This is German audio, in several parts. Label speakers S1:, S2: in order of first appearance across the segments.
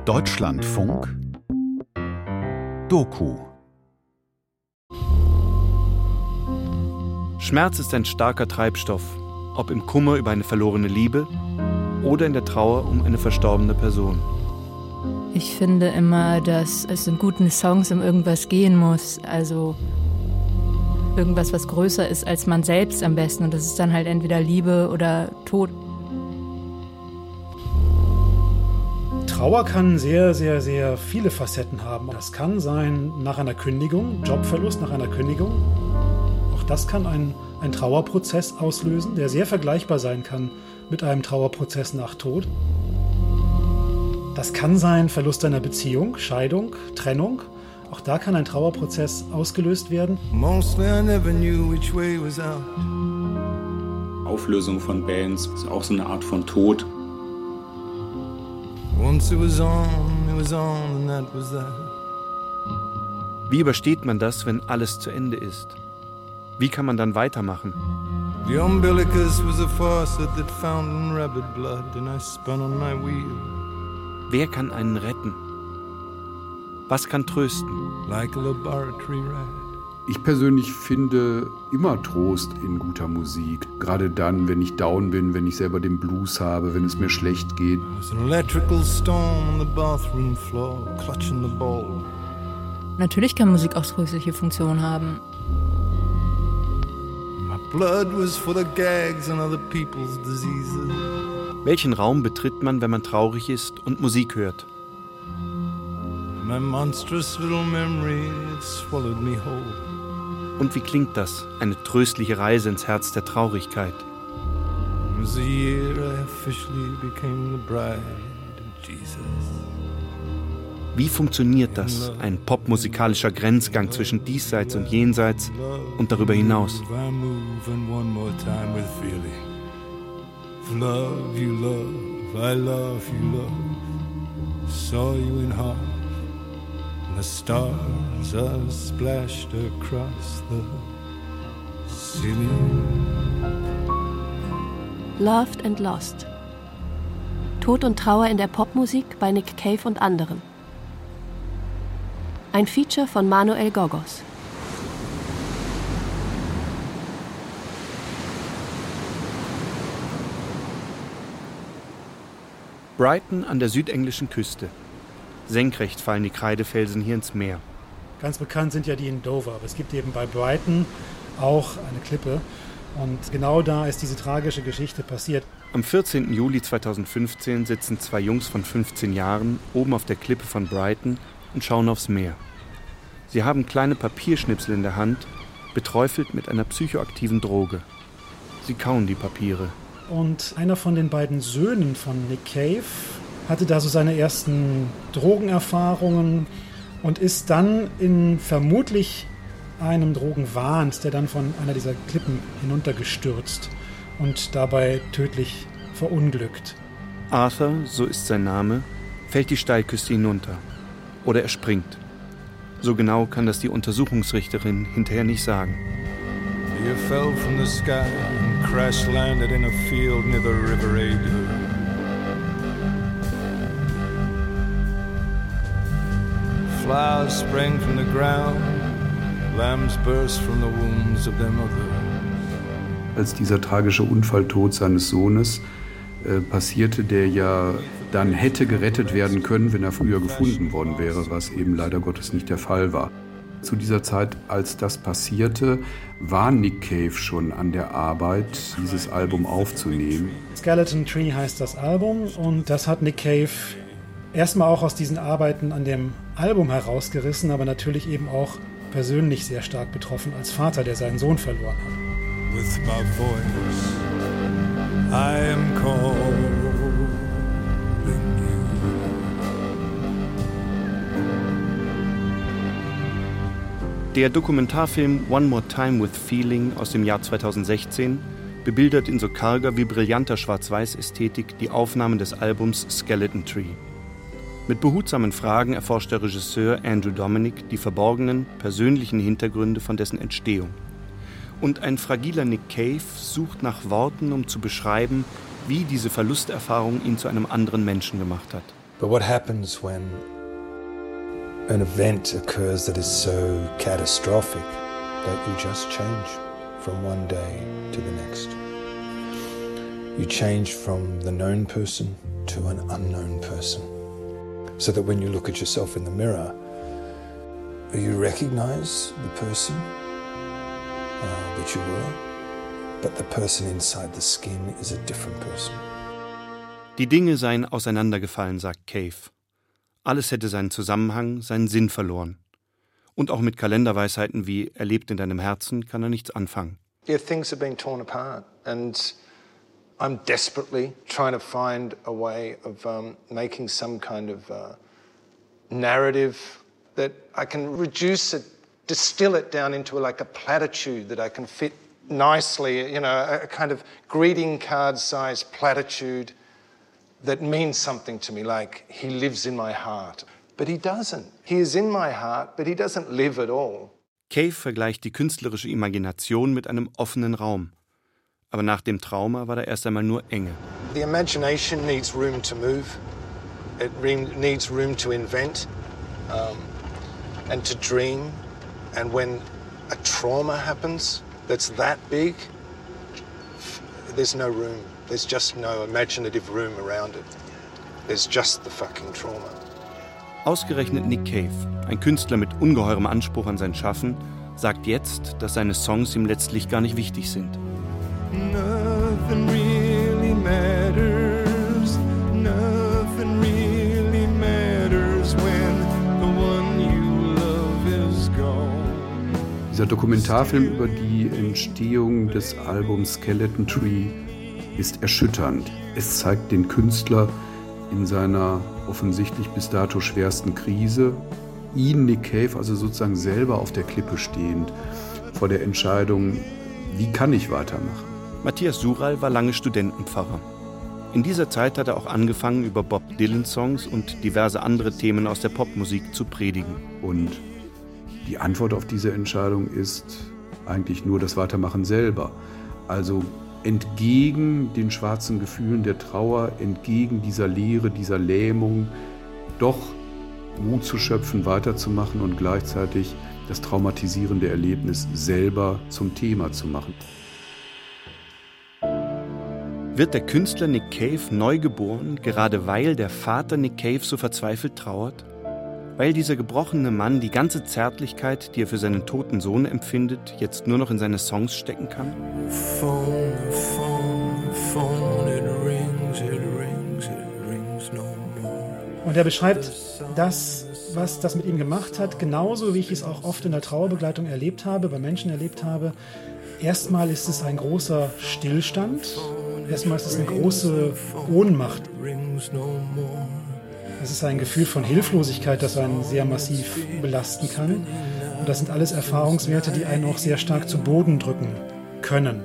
S1: Deutschlandfunk Doku.
S2: Schmerz ist ein starker Treibstoff, ob im Kummer über eine verlorene Liebe oder in der Trauer um eine verstorbene Person.
S3: Ich finde immer, dass es in guten Songs um irgendwas gehen muss, also irgendwas, was größer ist als man selbst am besten. Und das ist dann halt entweder Liebe oder Tod.
S4: Trauer kann sehr, sehr, sehr viele Facetten haben. Das kann sein nach einer Kündigung, Jobverlust nach einer Kündigung. Auch das kann ein Trauerprozess auslösen, der sehr vergleichbar sein kann mit einem Trauerprozess nach Tod. Das kann sein Verlust einer Beziehung, Scheidung, Trennung. Auch da kann ein Trauerprozess ausgelöst werden.
S5: Auflösung von Bands ist auch so eine Art von Tod.
S2: Wie übersteht man das, wenn alles zu Ende ist? Wie kann man dann weitermachen?
S6: The umbilicus was a faucet that fountain rabid blood and I spun on my wheel.
S2: Wer kann einen retten? Was kann trösten?
S6: Like a laboratory rat.
S7: Ich persönlich finde immer Trost in guter Musik. Gerade dann, wenn ich down bin, wenn ich selber den Blues habe, wenn es mir schlecht geht.
S6: There's an electrical storm on the bathroom floor, clutching the ball.
S3: Natürlich kann Musik auch tröstliche Funktion haben.
S6: My blood was full of gags and other people's diseases.
S2: Welchen Raum betritt man, wenn man traurig ist und Musik hört?
S6: My monstrous little memory, it swallowed me whole.
S2: Und wie klingt das, eine tröstliche Reise ins Herz der Traurigkeit?
S6: It was the year I officially became the bride of Jesus.
S2: Wie funktioniert das, ein popmusikalischer Grenzgang zwischen Diesseits und Jenseits und darüber hinaus?
S6: Love you love, I love you love. Saw you in heart, and the stars are splashed across the ceiling.
S8: Loved and Lost. Tod und Trauer in der Popmusik bei Nick Cave und anderen. Ein Feature von Manuel Gogos.
S2: Brighton an der südenglischen Küste. Senkrecht fallen die Kreidefelsen hier ins Meer.
S4: Ganz bekannt sind ja die in Dover, aber es gibt eben bei Brighton auch eine Klippe. Und genau da ist diese tragische Geschichte passiert.
S2: Am 14. Juli 2015 sitzen zwei Jungs von 15 Jahren oben auf der Klippe von Brighton und schauen aufs Meer. Sie haben kleine Papierschnipsel in der Hand, beträufelt mit einer psychoaktiven Droge. Sie kauen die Papiere.
S4: Und einer von den beiden Söhnen von Nick Cave hatte da so seine ersten Drogenerfahrungen und ist dann in vermutlich einem Drogenwahn, der dann von einer dieser Klippen hinuntergestürzt und dabei tödlich verunglückt.
S2: Arthur, so ist sein Name, fällt die Steilküste hinunter. Oder er springt. So genau kann das die Untersuchungsrichterin hinterher nicht sagen.
S6: You fell from the sky and crash landed in a field near the River Adur. Flowers sprang from the ground, lambs burst from the wombs of their mother.
S7: Als dieser tragische Unfalltod seines Sohnes passierte, der ja dann hätte gerettet werden können, wenn er früher gefunden worden wäre, was eben leider Gottes nicht der Fall war. Zu dieser Zeit, als das passierte, war Nick Cave schon an der Arbeit, dieses Album aufzunehmen.
S4: Skeleton Tree heißt das Album und das hat Nick Cave erstmal auch aus diesen Arbeiten an dem Album herausgerissen, aber natürlich eben auch persönlich sehr stark betroffen als Vater, der seinen Sohn verloren hat.
S6: With my voice, I am calling you.
S2: Der Dokumentarfilm One More Time with Feeling aus dem Jahr 2016 bebildert in so karger wie brillanter Schwarz-Weiß-Ästhetik die Aufnahmen des Albums Skeleton Tree. Mit behutsamen Fragen erforscht der Regisseur Andrew Dominik die verborgenen, persönlichen Hintergründe von dessen Entstehung. Und ein fragiler Nick Cave sucht nach Worten, um zu beschreiben, wie diese Verlusterfahrung ihn zu einem anderen Menschen gemacht hat.
S1: But what happens when an event occurs that is so catastrophic that you just change from one day to the next? You change from the known person to an unknown person. So that when you look at yourself in the mirror, you recognize the person that you were, but the person inside the skin is a different person.
S2: Die Dinge seien auseinandergefallen, sagt Cave. Alles hätte seinen Zusammenhang, seinen Sinn verloren. Und auch mit Kalenderweisheiten wie „Er lebt in deinem Herzen“ kann er nichts anfangen.
S1: Yeah, things have been torn apart and I'm desperately trying to find a way of making some kind of narrative that I can reduce it, distill it down into like a platitude that I can fit nicely, you know, a kind of greeting card-sized platitude that means something to me, like he lives in my heart. But he doesn't. He is in my heart, but he doesn't live at all.
S2: Cave vergleicht die künstlerische Imagination mit einem offenen Raum. Aber nach dem Trauma war da erst einmal nur Enge.
S1: The imagination needs room to move. It needs room to invent and to dream. And when a trauma happens that's that big, there's no room. There's just no imaginative room around it. There's just the fucking trauma.
S2: Ausgerechnet Nick Cave, ein Künstler mit ungeheurem Anspruch an sein Schaffen, sagt jetzt, dass seine Songs ihm letztlich gar nicht wichtig sind.
S6: Nothing really matters. Nothing really matters when the one you love is gone.
S7: Dieser Dokumentarfilm über die Entstehung des Albums Skeleton Tree ist erschütternd. Es zeigt den Künstler in seiner offensichtlich bis dato schwersten Krise, ihn, Nick Cave, also sozusagen selber auf der Klippe stehend, vor der Entscheidung, wie kann ich weitermachen?
S2: Matthias Sural war lange Studentenpfarrer. In dieser Zeit hat er auch angefangen, über Bob Dylan-Songs und diverse andere Themen aus der Popmusik zu predigen.
S7: Und die Antwort auf diese Entscheidung ist eigentlich nur das Weitermachen selber. Also entgegen den schwarzen Gefühlen der Trauer, entgegen dieser Leere, dieser Lähmung, doch Mut zu schöpfen, weiterzumachen und gleichzeitig das traumatisierende Erlebnis selber zum Thema zu machen.
S2: Wird der Künstler Nick Cave neu geboren, gerade weil der Vater Nick Cave so verzweifelt trauert? Weil dieser gebrochene Mann die ganze Zärtlichkeit, die er für seinen toten Sohn empfindet, jetzt nur noch in seine Songs stecken kann?
S4: Und er beschreibt das, was das mit ihm gemacht hat, genauso wie ich es auch oft in der Trauerbegleitung erlebt habe, bei Menschen erlebt habe. Erstmal ist es ein großer Stillstand, erstmal ist es eine große Ohnmacht. Es ist ein Gefühl von Hilflosigkeit, das einen sehr massiv belasten kann. Und das sind alles Erfahrungswerte, die einen auch sehr stark zu Boden drücken können.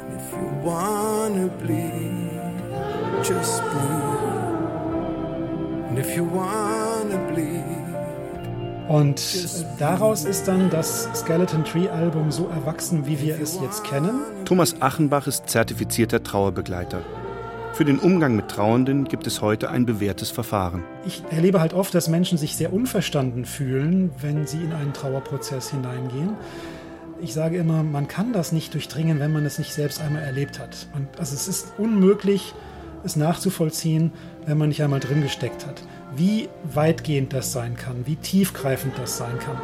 S4: Und daraus ist dann das Skeleton Tree Album so erwachsen, wie wir es jetzt kennen.
S2: Thomas Achenbach ist zertifizierter Trauerbegleiter. Für den Umgang mit Trauernden gibt es heute ein bewährtes Verfahren.
S4: Ich erlebe halt oft, dass Menschen sich sehr unverstanden fühlen, wenn sie in einen Trauerprozess hineingehen. Ich sage immer, man kann das nicht durchdringen, wenn man es nicht selbst einmal erlebt hat. Also es ist unmöglich, es nachzuvollziehen, wenn man nicht einmal drin gesteckt hat. Wie weitgehend das sein kann, wie tiefgreifend das sein kann.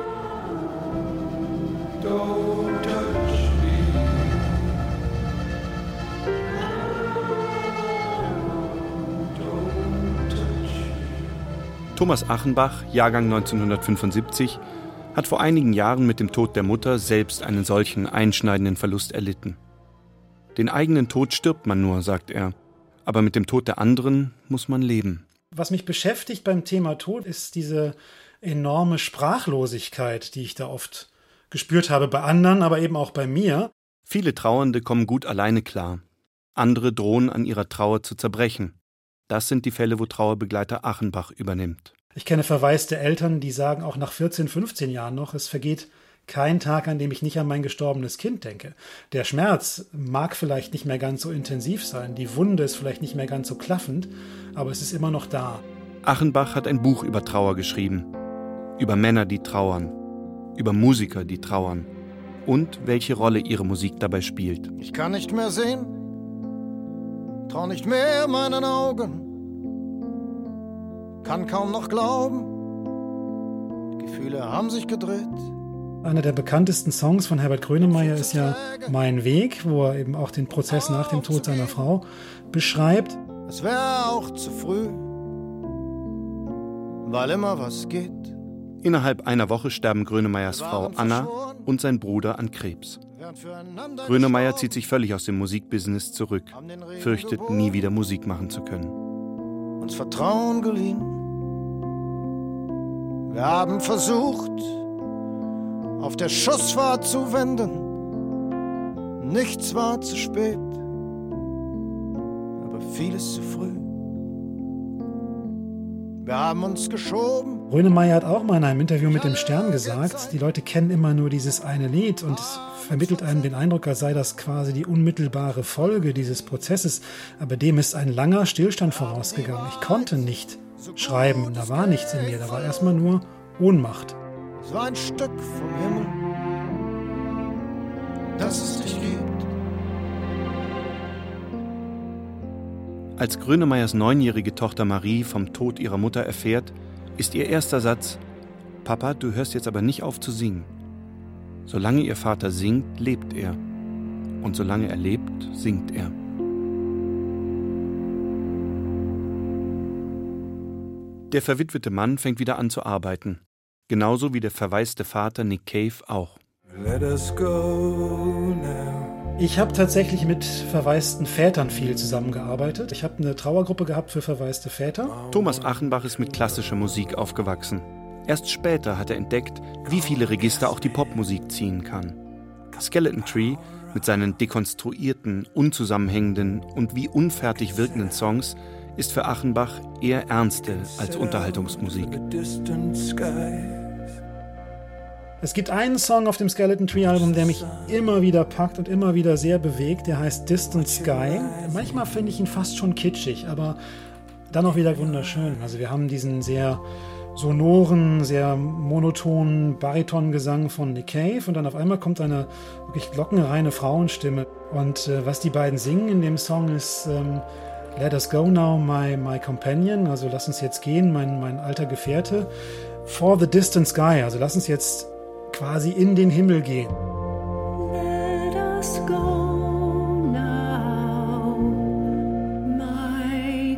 S2: Thomas Achenbach, Jahrgang 1975, hat vor einigen Jahren mit dem Tod der Mutter selbst einen solchen einschneidenden Verlust erlitten. Den eigenen Tod stirbt man nur, sagt er, aber mit dem Tod der anderen muss man leben.
S4: Was mich beschäftigt beim Thema Tod, ist diese enorme Sprachlosigkeit, die ich da oft gespürt habe bei anderen, aber eben auch bei mir.
S2: Viele Trauernde kommen gut alleine klar. Andere drohen an ihrer Trauer zu zerbrechen. Das sind die Fälle, wo Trauerbegleiter Achenbach übernimmt.
S4: Ich kenne verwaiste Eltern, die sagen auch nach 14, 15 Jahren noch, es vergeht kein Tag, an dem ich nicht an mein gestorbenes Kind denke. Der Schmerz mag vielleicht nicht mehr ganz so intensiv sein, die Wunde ist vielleicht nicht mehr ganz so klaffend, aber es ist immer noch da.
S2: Achenbach hat ein Buch über Trauer geschrieben. Über Männer, die trauern. Über Musiker, die trauern. Und welche Rolle ihre Musik dabei spielt.
S9: Ich kann nicht mehr sehen, trau nicht mehr meinen Augen, kann kaum noch glauben, die Gefühle haben sich gedreht.
S4: Einer der bekanntesten Songs von Herbert Grönemeyer ist ja Mein Weg, wo er eben auch den Prozess nach dem Tod seiner Frau beschreibt.
S9: Es wäre auch zu früh, weil immer was geht.
S2: Innerhalb einer Woche sterben Grönemeyers Frau Anna und sein Bruder an Krebs. Grönemeyer zieht sich völlig aus dem Musikbusiness zurück, fürchtet, nie wieder Musik machen zu können.
S9: Uns Vertrauen geliehen. Wir haben versucht, auf der Schussfahrt zu wenden. Nichts war zu spät, aber vieles zu früh. Wir haben uns geschoben.
S4: Grönemeyer hat auch mal in einem Interview mit dem Stern gesagt, die Leute kennen immer nur dieses eine Lied und es vermittelt einem den Eindruck, als sei das quasi die unmittelbare Folge dieses Prozesses. Aber dem ist ein langer Stillstand vorausgegangen. Ich konnte nicht schreiben, da war nichts in mir, da war erstmal nur Ohnmacht.
S9: Es war ein Stück vom Himmel, das es dich gibt.
S2: Als Grönemeyers 9-jährige Tochter Marie vom Tod ihrer Mutter erfährt, ist ihr erster Satz: Papa, du hörst jetzt aber nicht auf zu singen. Solange ihr Vater singt, lebt er. Und solange er lebt, singt er. Der verwitwete Mann fängt wieder an zu arbeiten. Genauso wie der verwaiste Vater Nick Cave auch.
S6: Let us go now.
S4: Ich habe tatsächlich mit verwaisten Vätern viel zusammengearbeitet. Ich habe eine Trauergruppe gehabt für verwaiste Väter.
S2: Thomas Achenbach ist mit klassischer Musik aufgewachsen. Erst später hat er entdeckt, wie viele Register auch die Popmusik ziehen kann. Skeleton Tree mit seinen dekonstruierten, unzusammenhängenden und wie unfertig wirkenden Songs ist für Achenbach eher ernste als Unterhaltungsmusik.
S4: Es gibt einen Song auf dem Skeleton Tree Album, der mich immer wieder packt und immer wieder sehr bewegt. Der heißt Distant Sky. Manchmal finde ich ihn fast schon kitschig, aber dann auch wieder wunderschön. Also wir haben diesen sehr sonoren, sehr monotonen Baritongesang von Nick Cave und dann auf einmal kommt eine wirklich glockenreine Frauenstimme. Und was die beiden singen in dem Song ist Let us go now, my companion, also lass uns jetzt gehen, mein alter Gefährte. For the distant sky, also lass uns jetzt quasi in den Himmel gehen.
S10: Let us go now, my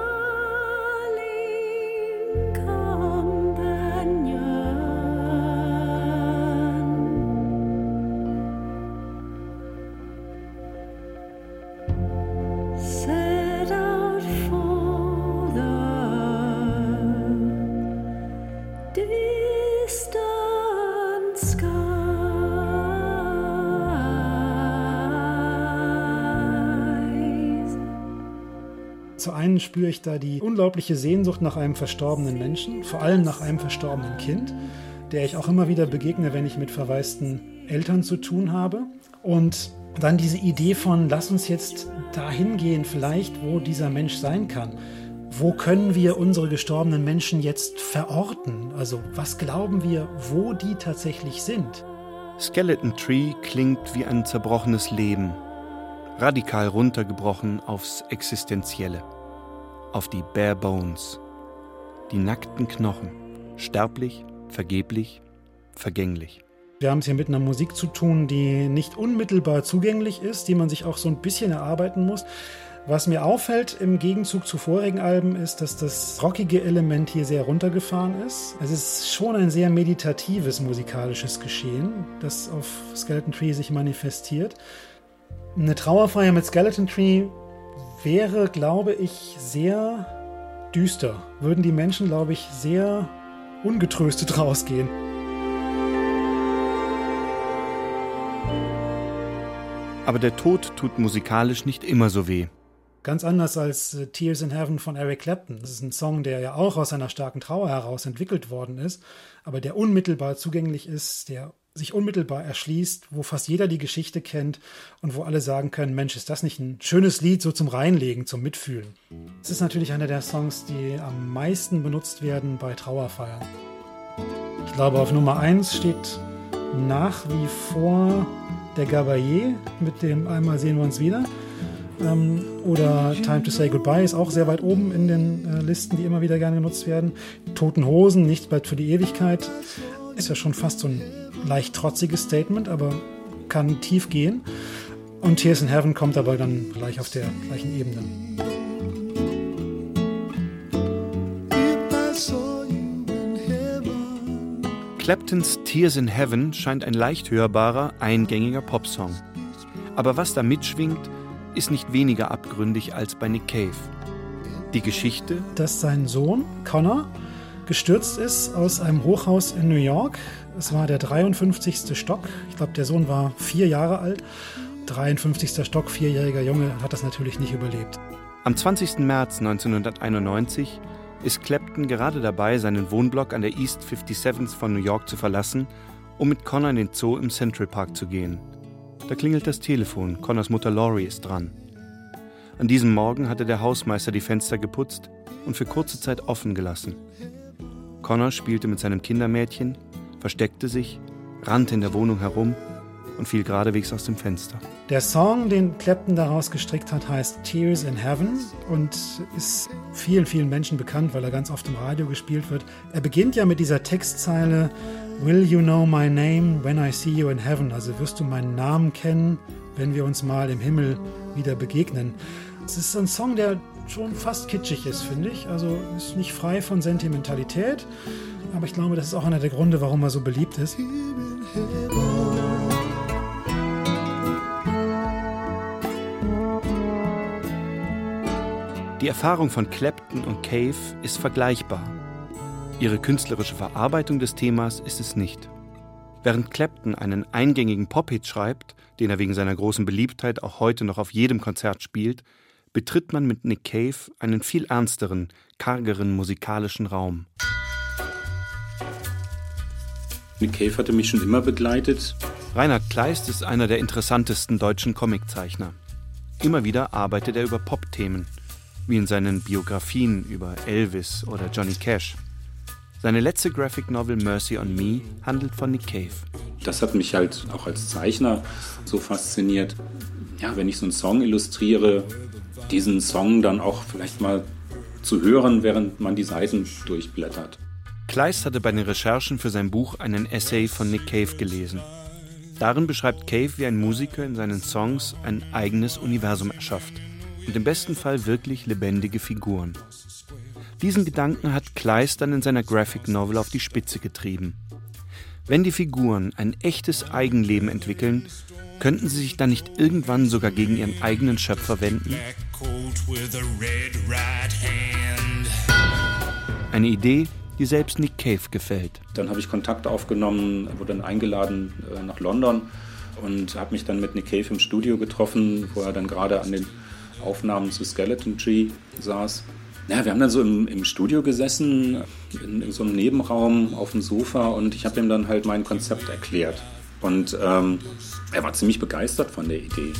S10: darling companion. Set out for the distant skies.
S4: Zu einen spüre ich da die unglaubliche Sehnsucht nach einem verstorbenen Menschen, vor allem nach einem verstorbenen Kind, der ich auch immer wieder begegne, wenn ich mit verwaisten Eltern zu tun habe. Und dann diese Idee von, lass uns jetzt dahin gehen, vielleicht, wo dieser Mensch sein kann. Wo können wir unsere gestorbenen Menschen jetzt verorten? Also was glauben wir, wo die tatsächlich sind?
S2: Skeleton Tree klingt wie ein zerbrochenes Leben, radikal runtergebrochen aufs Existenzielle, auf die Bare Bones, die nackten Knochen, sterblich, vergeblich, vergänglich.
S4: Wir haben es hier mit einer Musik zu tun, die nicht unmittelbar zugänglich ist, die man sich auch so ein bisschen erarbeiten muss. Was mir auffällt im Gegenzug zu vorigen Alben ist, dass das rockige Element hier sehr runtergefahren ist. Es ist schon ein sehr meditatives musikalisches Geschehen, das auf Skeleton Tree sich manifestiert. Eine Trauerfeier mit Skeleton Tree wäre, glaube ich, sehr düster. Würden die Menschen, glaube ich, sehr ungetröstet rausgehen.
S2: Aber der Tod tut musikalisch nicht immer so weh.
S4: Ganz anders als Tears in Heaven von Eric Clapton. Das ist ein Song, der ja auch aus einer starken Trauer heraus entwickelt worden ist, aber der unmittelbar zugänglich ist, der sich unmittelbar erschließt, wo fast jeder die Geschichte kennt und wo alle sagen können, Mensch, ist das nicht ein schönes Lied so zum Reinlegen, zum Mitfühlen. Es ist natürlich einer der Songs, die am meisten benutzt werden bei Trauerfeiern. Ich glaube, auf Nummer 1 steht nach wie vor der Gabayé mit dem Einmal sehen wir uns wieder. Oder Time to Say Goodbye ist auch sehr weit oben in den Listen, die immer wieder gerne genutzt werden. Toten Hosen, Nichts bleibt für die Ewigkeit, ist ja schon fast so ein leicht trotziges Statement, aber kann tief gehen. Und Tears in Heaven kommt aber dann gleich auf der gleichen Ebene.
S2: Claptons Tears in Heaven scheint ein leicht hörbarer, eingängiger Popsong. Aber was da mitschwingt, ist nicht weniger abgründig als bei Nick Cave. Die Geschichte,
S4: dass sein Sohn Connor gestürzt ist aus einem Hochhaus in New York. Es war der 53. Stock. Ich glaube, der Sohn war 4 Jahre alt. 53. Stock, 4-jähriger Junge, hat das natürlich nicht überlebt.
S2: Am 20. März 1991 ist Clapton gerade dabei, seinen Wohnblock an der East 57th von New York zu verlassen, um mit Connor in den Zoo im Central Park zu gehen. Da klingelt das Telefon, Connors Mutter Laurie ist dran. An diesem Morgen hatte der Hausmeister die Fenster geputzt und für kurze Zeit offen gelassen. Connor spielte mit seinem Kindermädchen, versteckte sich, rannte in der Wohnung herum und fiel geradewegs aus dem Fenster.
S4: Der Song, den Clapton daraus gestrickt hat, heißt Tears in Heaven und ist vielen, vielen Menschen bekannt, weil er ganz oft im Radio gespielt wird. Er beginnt ja mit dieser Textzeile Will you know my name when I see you in heaven? Also wirst du meinen Namen kennen, wenn wir uns mal im Himmel wieder begegnen. Es ist ein Song, der schon fast kitschig ist, finde ich. Also ist nicht frei von Sentimentalität, aber ich glaube, das ist auch einer der Gründe, warum er so beliebt ist.
S2: Die Erfahrung von Clapton und Cave ist vergleichbar. Ihre künstlerische Verarbeitung des Themas ist es nicht. Während Clapton einen eingängigen Pop-Hit schreibt, den er wegen seiner großen Beliebtheit auch heute noch auf jedem Konzert spielt, betritt man mit Nick Cave einen viel ernsteren, kargeren musikalischen Raum.
S5: Nick Cave hatte mich schon immer begleitet.
S2: Reinhard Kleist ist einer der interessantesten deutschen Comiczeichner. Immer wieder arbeitet er über Pop-Themen, wie in seinen Biografien über Elvis oder Johnny Cash. Seine letzte Graphic Novel Mercy on Me handelt von Nick Cave.
S5: Das hat mich halt auch als Zeichner so fasziniert. Ja, wenn ich so einen Song illustriere, diesen Song dann auch vielleicht mal zu hören, während man die Seiten durchblättert.
S2: Kleist hatte bei den Recherchen für sein Buch einen Essay von Nick Cave gelesen. Darin beschreibt Cave, wie ein Musiker in seinen Songs ein eigenes Universum erschafft und im besten Fall wirklich lebendige Figuren. Diesen Gedanken hat Kleist dann in seiner Graphic Novel auf die Spitze getrieben. Wenn die Figuren ein echtes Eigenleben entwickeln, könnten sie sich dann nicht irgendwann sogar gegen ihren eigenen Schöpfer wenden? Eine Idee, die selbst Nick Cave gefällt.
S5: Dann habe ich Kontakt aufgenommen, wurde dann eingeladen nach London und habe mich dann mit Nick Cave im Studio getroffen, wo er dann gerade an den Aufnahmen zu Skeleton Tree saß. Ja, wir haben dann so im Studio gesessen, in so einem Nebenraum auf dem Sofa und ich habe ihm dann halt mein Konzept erklärt. Und er war ziemlich begeistert von der Idee.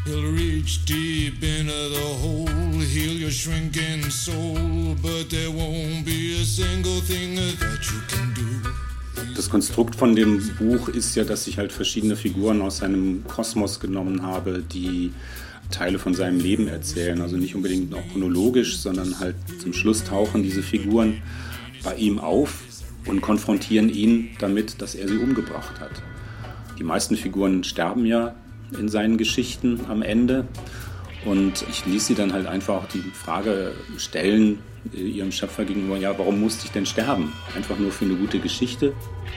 S5: Das Konstrukt von dem Buch ist ja, dass ich halt verschiedene Figuren aus seinem Kosmos genommen habe, die Teile von seinem Leben erzählen. Also nicht unbedingt auch chronologisch, sondern halt zum Schluss tauchen diese Figuren bei ihm auf und konfrontieren ihn damit, dass er sie umgebracht hat. Die meisten Figuren sterben ja in seinen Geschichten am Ende und ich ließ sie dann halt einfach die Frage stellen, ihrem Schöpfer gegenüber, ja, warum musste ich denn sterben? Einfach nur für eine gute Geschichte?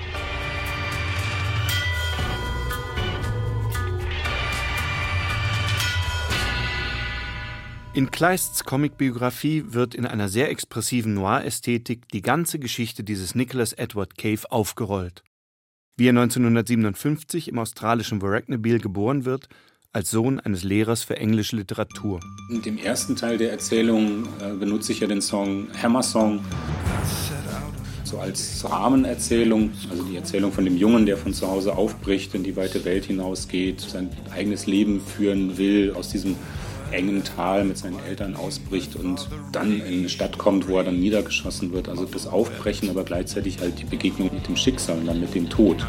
S2: In Kleists Comicbiografie wird in einer sehr expressiven Noir-Ästhetik die ganze Geschichte dieses Nicholas Edward Cave aufgerollt. Wie er 1957 im australischen Warracknabeal geboren wird, als Sohn eines Lehrers für englische Literatur.
S5: In dem ersten Teil der Erzählung benutze ich ja den Song Hammer Song. so als Rahmenerzählung, also die Erzählung von dem Jungen, der von zu Hause aufbricht, in die weite Welt hinausgeht, sein eigenes Leben führen will, aus diesem engen Tal mit seinen Eltern ausbricht und dann in eine Stadt kommt, wo er dann niedergeschossen wird. Also das Aufbrechen, aber gleichzeitig halt die Begegnung mit dem Schicksal und dann mit dem Tod.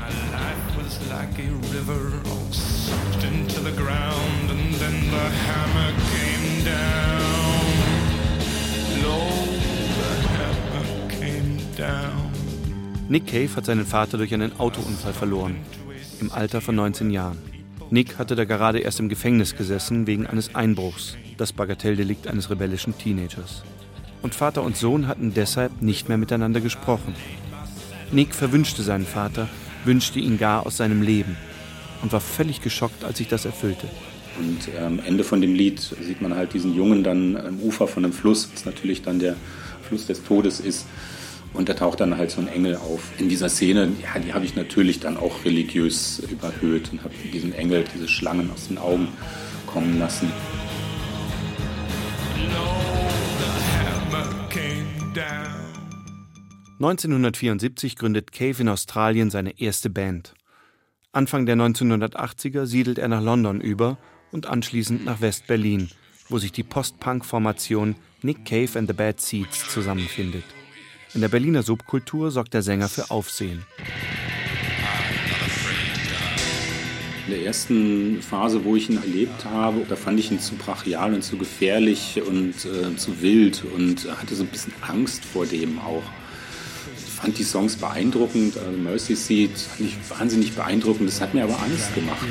S2: Nick Cave hat seinen Vater durch einen Autounfall verloren, im Alter von 19 Jahren. Nick hatte da gerade erst im Gefängnis gesessen wegen eines Einbruchs, das Bagatelldelikt eines rebellischen Teenagers. Und Vater und Sohn hatten deshalb nicht mehr miteinander gesprochen. Nick verwünschte seinen Vater, wünschte ihn gar aus seinem Leben und war völlig geschockt, als sich das erfüllte.
S5: Und am Ende von dem Lied sieht man halt diesen Jungen dann am Ufer von einem Fluss, was natürlich dann der Fluss des Todes ist. Und da taucht dann halt so ein Engel auf. In dieser Szene, ja, die habe ich natürlich dann auch religiös überhöht und habe diesen Engel, diese Schlangen aus den Augen kommen lassen.
S2: 1974 gründet Cave in Australien seine erste Band. Anfang der 1980er siedelt er nach London über und anschließend nach West-Berlin, wo sich die Post-Punk-Formation Nick Cave and the Bad Seeds zusammenfindet. In der Berliner Subkultur sorgt der Sänger für Aufsehen.
S5: In der ersten Phase, wo ich ihn erlebt habe, da fand ich ihn zu brachial und zu gefährlich und zu wild und hatte so ein bisschen Angst vor dem auch. Ich fand die Songs beeindruckend, also Mercy Seat fand ich wahnsinnig beeindruckend, das hat mir aber Angst gemacht.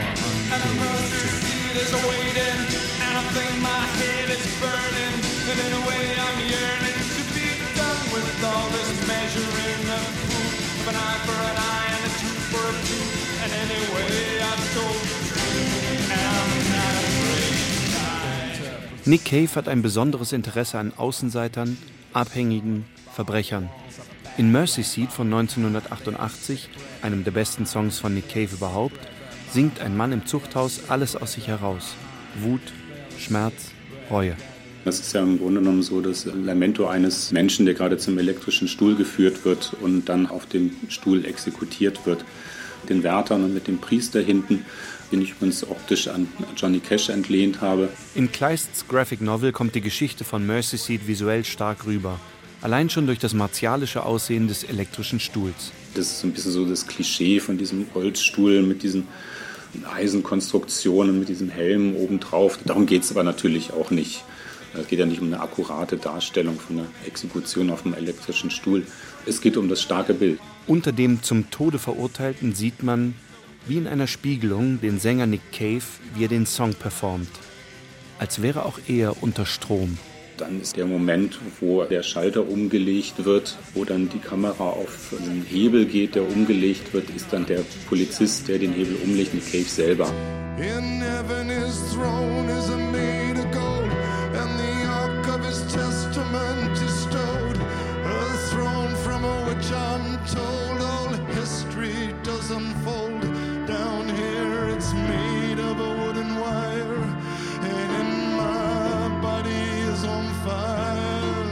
S2: Nick Cave hat ein besonderes Interesse an Außenseitern, Abhängigen, Verbrechern. In Mercy Seat von 1988, einem der besten Songs von Nick Cave überhaupt, singt ein Mann im Zuchthaus alles aus sich heraus. Wut, Schmerz, Reue.
S5: Das ist ja im Grunde genommen so das Lamento eines Menschen, der gerade zum elektrischen Stuhl geführt wird und dann auf dem Stuhl exekutiert wird. Mit den Wärtern und mit dem Priester hinten, den ich übrigens optisch an Johnny Cash entlehnt habe.
S2: In Kleists Graphic Novel kommt die Geschichte von Mercy Seat visuell stark rüber. Allein schon durch das martialische Aussehen des elektrischen Stuhls.
S5: Das ist so ein bisschen so das Klischee von diesem Holzstuhl mit diesen Eisenkonstruktionen, mit diesem Helm obendrauf. Darum geht es aber natürlich auch nicht. Es geht ja nicht um eine akkurate Darstellung von einer Exekution auf einem elektrischen Stuhl. Es geht um das starke Bild.
S2: Unter dem zum Tode Verurteilten sieht man, wie in einer Spiegelung, den Sänger Nick Cave, wie er den Song performt. Als wäre auch er unter Strom.
S5: Dann ist der Moment, wo der Schalter umgelegt wird, wo dann die Kamera auf einen Hebel geht, der umgelegt wird, ist dann der Polizist, der den Hebel umlegt, Nick Cave selber. In heaven his throne is made of gold, and the ark of his testament is stowed, a throne from which I'm told all history does unfold. Down here it's made of a wooden wire, and in my body is on fire.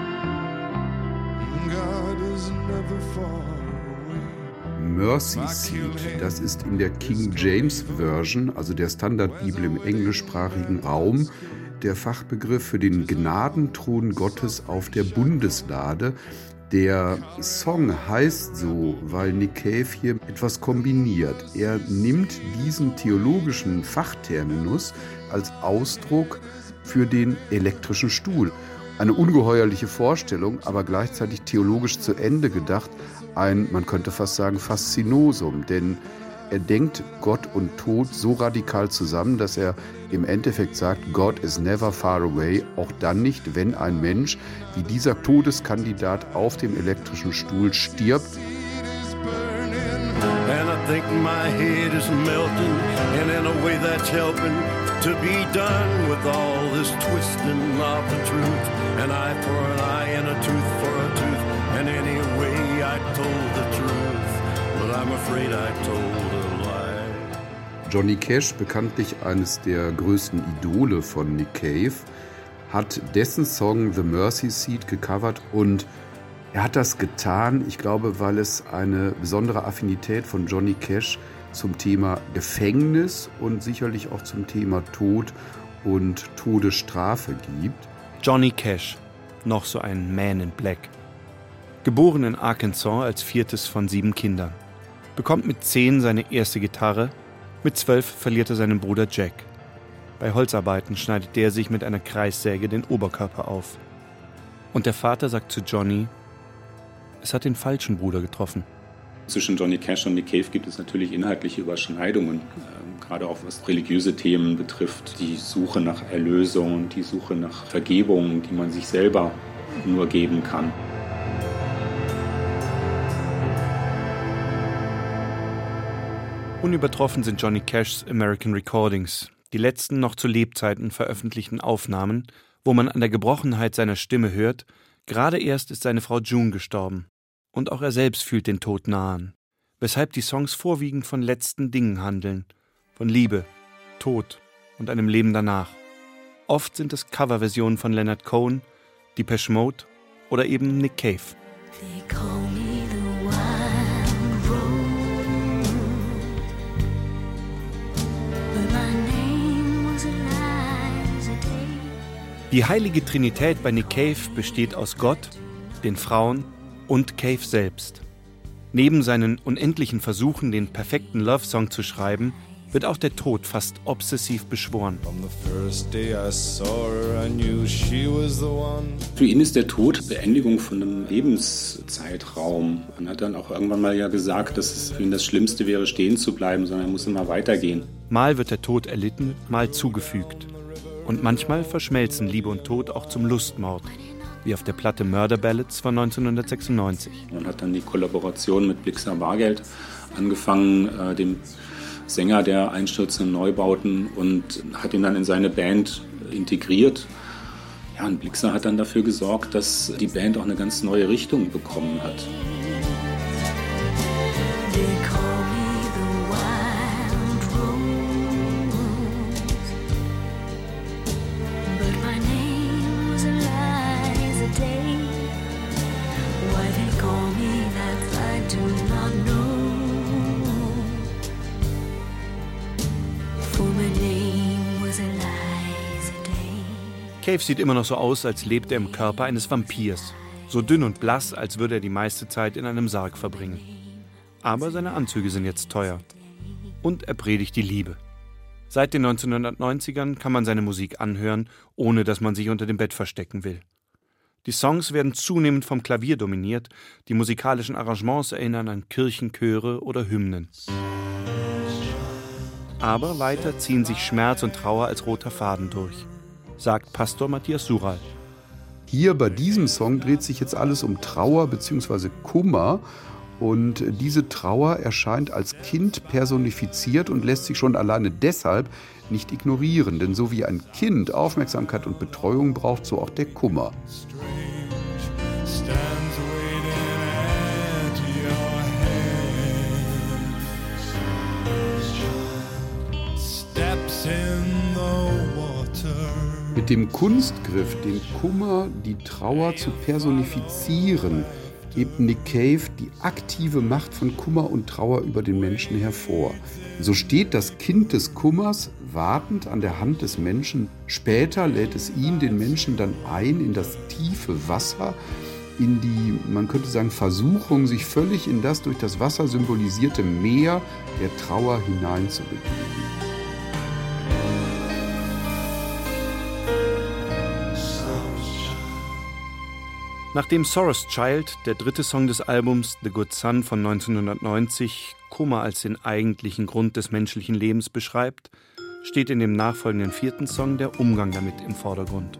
S5: God is never far away.
S7: Mercy Seat, das ist in der King James Version, also der Standardbibel im englischsprachigen Raum, der Fachbegriff für den Gnadenthron Gottes auf der Bundeslade. Der Song heißt so, weil Nick Cave hier etwas kombiniert. Er nimmt diesen theologischen Fachterminus als Ausdruck für den elektrischen Stuhl. Eine ungeheuerliche Vorstellung, aber gleichzeitig theologisch zu Ende gedacht. Ein, man könnte fast sagen, Faszinosum, denn er denkt Gott und Tod so radikal zusammen, dass er im Endeffekt sagt, God is never far away, auch dann nicht, wenn ein Mensch wie dieser Todeskandidat auf dem elektrischen Stuhl stirbt. And I think my head is melting, and in a way that's helping to be done with all this twisting of the truth. An eye for an eye and a tooth for a tooth, and anyway I told the truth, but I'm afraid I told a lie. Johnny Cash, bekanntlich eines der größten Idole von Nick Cave, hat dessen Song The Mercy Seat gecovert und Er hat das getan, ich glaube, weil es eine besondere Affinität von Johnny Cash zum Thema Gefängnis und sicherlich auch zum Thema Tod und Todesstrafe gibt.
S2: Johnny Cash, noch so ein Man in Black. Geboren in Arkansas als 4. von 7 Kindern. Bekommt mit 10 seine erste Gitarre, mit 12 verliert er seinen Bruder Jack. Bei Holzarbeiten schneidet der sich mit einer Kreissäge den Oberkörper auf. Und der Vater sagt zu Johnny, es hat den falschen Bruder getroffen.
S5: Zwischen Johnny Cash und Nick Cave gibt es natürlich inhaltliche Überschneidungen, gerade auch was religiöse Themen betrifft. Die Suche nach Erlösung, die Suche nach Vergebung, die man sich selber nur geben kann.
S2: Unübertroffen sind Johnny Cashs American Recordings, die letzten noch zu Lebzeiten veröffentlichten Aufnahmen, wo man an der Gebrochenheit seiner Stimme hört, gerade erst ist seine Frau June gestorben. Und auch er selbst fühlt den Tod nahen, weshalb die Songs vorwiegend von letzten Dingen handeln, von Liebe, Tod und einem Leben danach. Oft sind es Coverversionen von Leonard Cohen, Depeche Mode oder eben Nick Cave. Die heilige Trinität bei Nick Cave besteht aus Gott, den Frauen und Cave selbst. Neben seinen unendlichen Versuchen, den perfekten Love-Song zu schreiben, wird auch der Tod fast obsessiv beschworen.
S5: Für ihn ist der Tod Beendigung von einem Lebenszeitraum. Man hat dann auch irgendwann mal ja gesagt, dass es für ihn das Schlimmste wäre, stehen zu bleiben, sondern er muss immer weitergehen.
S2: Mal wird der Tod erlitten, mal zugefügt. Und manchmal verschmelzen Liebe und Tod auch zum Lustmord, wie auf der Platte Murder Ballads von 1996.
S5: Man hat dann die Kollaboration mit Blixa Bargeld angefangen, dem Sänger der einstürzenden Neubauten, und hat ihn dann in seine Band integriert. Ja, und Blixa hat dann dafür gesorgt, dass die Band auch eine ganz neue Richtung bekommen hat.
S2: Cave sieht immer noch so aus, als lebte er im Körper eines Vampirs. So dünn und blass, als würde er die meiste Zeit in einem Sarg verbringen. Aber seine Anzüge sind jetzt teuer. Und er predigt die Liebe. Seit den 1990ern kann man seine Musik anhören, ohne dass man sich unter dem Bett verstecken will. Die Songs werden zunehmend vom Klavier dominiert, die musikalischen Arrangements erinnern an Kirchenchöre oder Hymnen. Aber weiter ziehen sich Schmerz und Trauer als roter Faden durch, sagt Pastor Matthias Sural.
S7: Hier bei diesem Song dreht sich jetzt alles um Trauer bzw. Kummer. Und diese Trauer erscheint als Kind personifiziert und lässt sich schon alleine deshalb nicht ignorieren. Denn so wie ein Kind Aufmerksamkeit und Betreuung braucht, so auch der Kummer. Mit dem Kunstgriff, den Kummer, die Trauer zu personifizieren, hebt Nick Cave die aktive Macht von Kummer und Trauer über den Menschen hervor. So steht das Kind des Kummers wartend an der Hand des Menschen. Später lädt es ihn, den Menschen, dann ein in das tiefe Wasser, in die, man könnte sagen, Versuchung, sich völlig in das durch das Wasser symbolisierte Meer der Trauer hineinzubegeben.
S2: Nachdem Sorrow's Child, der dritte Song des Albums The Good Son von 1990, Kummer als den eigentlichen Grund des menschlichen Lebens beschreibt, steht in dem nachfolgenden 4. Song der Umgang damit im Vordergrund.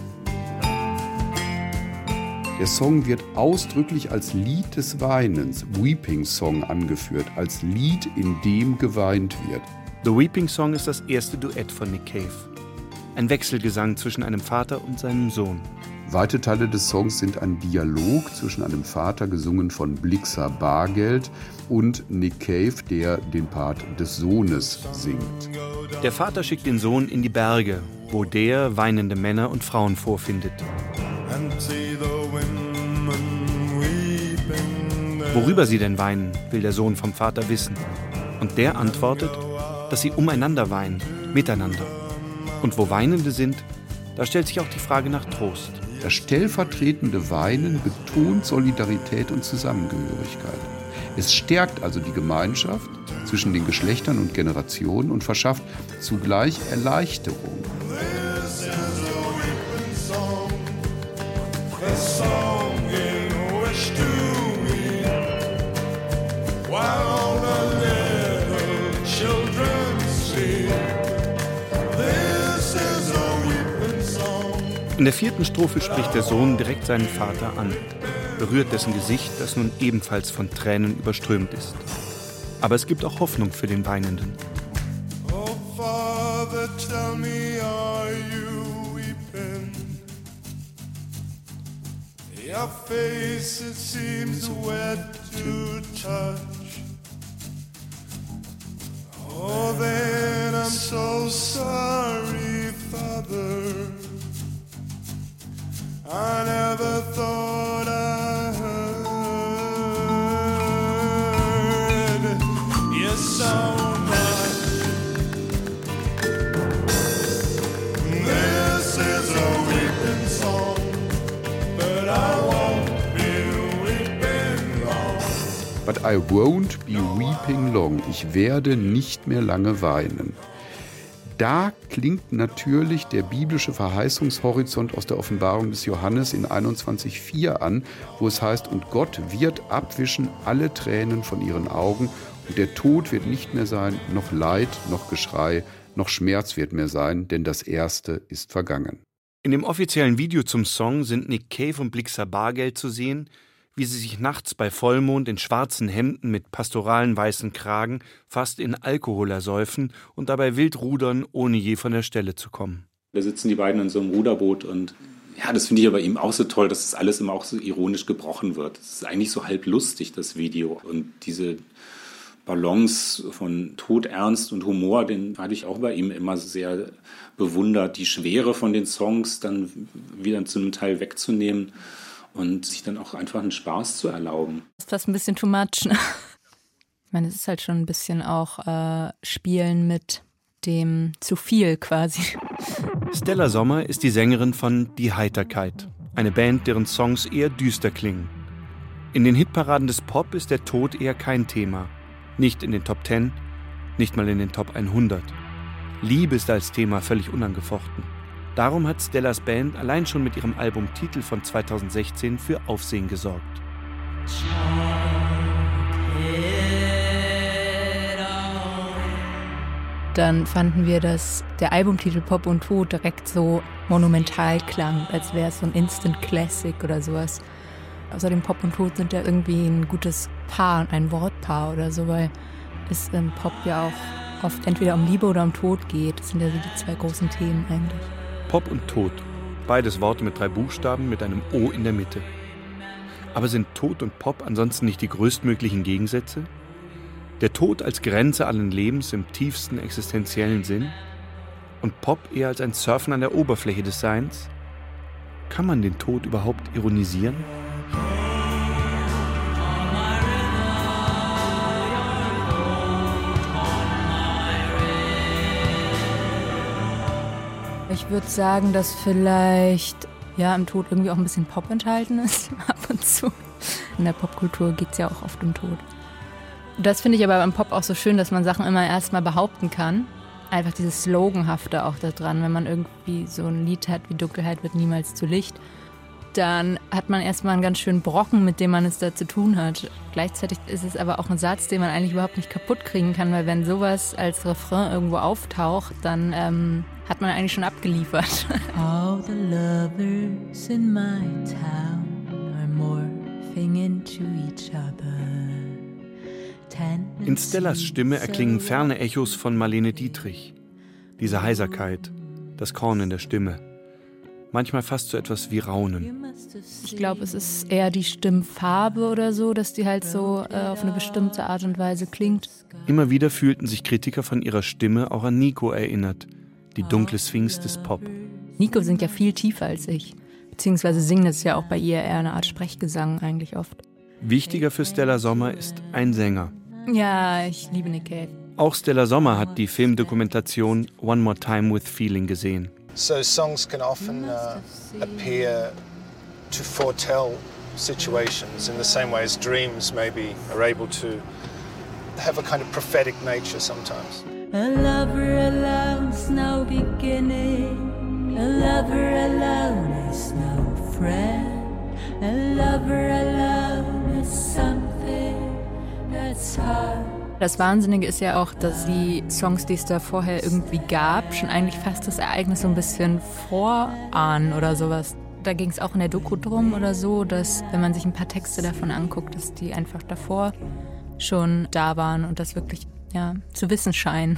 S7: Der Song wird ausdrücklich als Lied des Weinens, Weeping Song, angeführt, als Lied, in dem geweint wird.
S2: The Weeping Song ist das erste Duett von Nick Cave. Ein Wechselgesang zwischen einem Vater und seinem Sohn.
S7: Weite Teile des Songs sind ein Dialog zwischen einem Vater, gesungen von Blixa Bargeld, und Nick Cave, der den Part des Sohnes singt.
S2: Der Vater schickt den Sohn in die Berge, wo der weinende Männer und Frauen vorfindet. Worüber sie denn weinen, will der Sohn vom Vater wissen. Und der antwortet, dass sie umeinander weinen, miteinander. Und wo Weinende sind, da stellt sich auch die Frage nach Trost.
S7: Das stellvertretende Weinen betont Solidarität und Zusammengehörigkeit. Es stärkt also die Gemeinschaft zwischen den Geschlechtern und Generationen und verschafft zugleich Erleichterung.
S2: In der 4. Strophe spricht der Sohn direkt seinen Vater an, berührt dessen Gesicht, das nun ebenfalls von Tränen überströmt ist. Aber es gibt auch Hoffnung für den Weinenden.
S11: Oh Father, tell me, are you weeping? Your face, it seems wet to touch. Oh, then I'm so sorry, Father. I never thought I heard you so much. This is a weeping song, but I won't be weeping long.
S7: But I won't be weeping long. Ich werde nicht mehr lange weinen. Da klingt natürlich der biblische Verheißungshorizont aus der Offenbarung des Johannes in 21,4 an, wo es heißt, und Gott wird abwischen alle Tränen von ihren Augen und der Tod wird nicht mehr sein, noch Leid, noch Geschrei, noch Schmerz wird mehr sein, denn das Erste ist vergangen.
S2: In dem offiziellen Video zum Song sind Nick Cave und Blixa Bargeld zu sehen, wie sie sich nachts bei Vollmond in schwarzen Hemden mit pastoralen weißen Kragen fast in Alkohol ersäufen und dabei wild rudern, ohne je von der Stelle zu kommen.
S5: Da sitzen die beiden in so einem Ruderboot und ja, das finde ich aber eben auch so toll, dass das alles immer auch so ironisch gebrochen wird. Es ist eigentlich so halb lustig, das Video. Und diese Balance von Tod, Ernst und Humor, den hatte ich auch bei ihm immer sehr bewundert. Die Schwere von den Songs dann wieder zu einem Teil wegzunehmen und sich dann auch einfach einen Spaß zu erlauben.
S3: Das ist fast ein bisschen too much. Ne? Ich meine, es ist halt schon ein bisschen auch Spielen mit dem zu viel quasi.
S2: Stella Sommer ist die Sängerin von Die Heiterkeit, eine Band, deren Songs eher düster klingen. In den Hitparaden des Pop ist der Tod eher kein Thema. Nicht in den Top 10, nicht mal in den Top 100. Liebe ist als Thema völlig unangefochten. Darum hat Stellas Band allein schon mit ihrem Albumtitel von 2016 für Aufsehen gesorgt.
S3: Dann fanden wir, dass der Albumtitel Pop und Tod direkt so monumental klang, als wäre es so ein Instant Classic oder sowas. Außerdem Pop und Tod sind ja irgendwie ein gutes Paar, ein Wortpaar oder so, weil es im Pop ja auch oft entweder um Liebe oder um Tod geht. Das sind ja so die zwei großen Themen eigentlich.
S2: Pop und Tod, beides Worte mit 3 Buchstaben mit einem O in der Mitte. Aber sind Tod und Pop ansonsten nicht die größtmöglichen Gegensätze? Der Tod als Grenze allen Lebens im tiefsten existenziellen Sinn? Und Pop eher als ein Surfen an der Oberfläche des Seins? Kann man den Tod überhaupt ironisieren?
S3: Ich würde sagen, dass vielleicht im Tod irgendwie auch ein bisschen Pop enthalten ist, ab und zu. In der Popkultur geht es ja auch oft um Tod. Das finde ich aber beim Pop auch so schön, dass man Sachen immer erstmal behaupten kann. Einfach dieses Sloganhafte auch da dran. Wenn man irgendwie so ein Lied hat wie Dunkelheit wird niemals zu Licht, dann hat man erstmal einen ganz schönen Brocken, mit dem man es da zu tun hat. Gleichzeitig ist es aber auch ein Satz, den man eigentlich überhaupt nicht kaputt kriegen kann, weil wenn sowas als Refrain irgendwo auftaucht, dann hat man eigentlich schon abgeliefert. All the lovers in my town are morphing into each other.
S2: In Stellas Stimme erklingen ferne Echos von Marlene Dietrich. Diese Heiserkeit, das Korn in der Stimme. Manchmal fast so etwas wie Raunen.
S3: Ich glaube, es ist eher die Stimmfarbe oder so, dass die halt so auf eine bestimmte Art und Weise klingt.
S2: Immer wieder fühlten sich Kritiker von ihrer Stimme auch an Nico erinnert, die dunkle Sphinx des Pop.
S3: Nico singt ja viel tiefer als ich. Beziehungsweise singen das ja auch bei ihr eher eine Art Sprechgesang eigentlich oft.
S2: Wichtiger für Stella Sommer ist ein Sänger.
S3: Ja, ich liebe Nick Cave.
S2: Auch Stella Sommer hat die Filmdokumentation One More Time with Feeling gesehen.
S1: So songs can often appear to foretell situations in the same way as dreams maybe are able to have a kind of prophetic nature sometimes.
S10: A lover alone's no beginning. A lover alone is no friend. A lover alone is something that's hard.
S3: Das Wahnsinnige ist ja auch, dass die Songs, die es da vorher irgendwie gab, schon eigentlich fast das Ereignis so ein bisschen vorahnen oder sowas. Da ging es auch in der Doku drum oder so, dass, wenn man sich ein paar Texte davon anguckt, dass die einfach davor schon da waren und das wirklich, ja, zu wissen scheinen.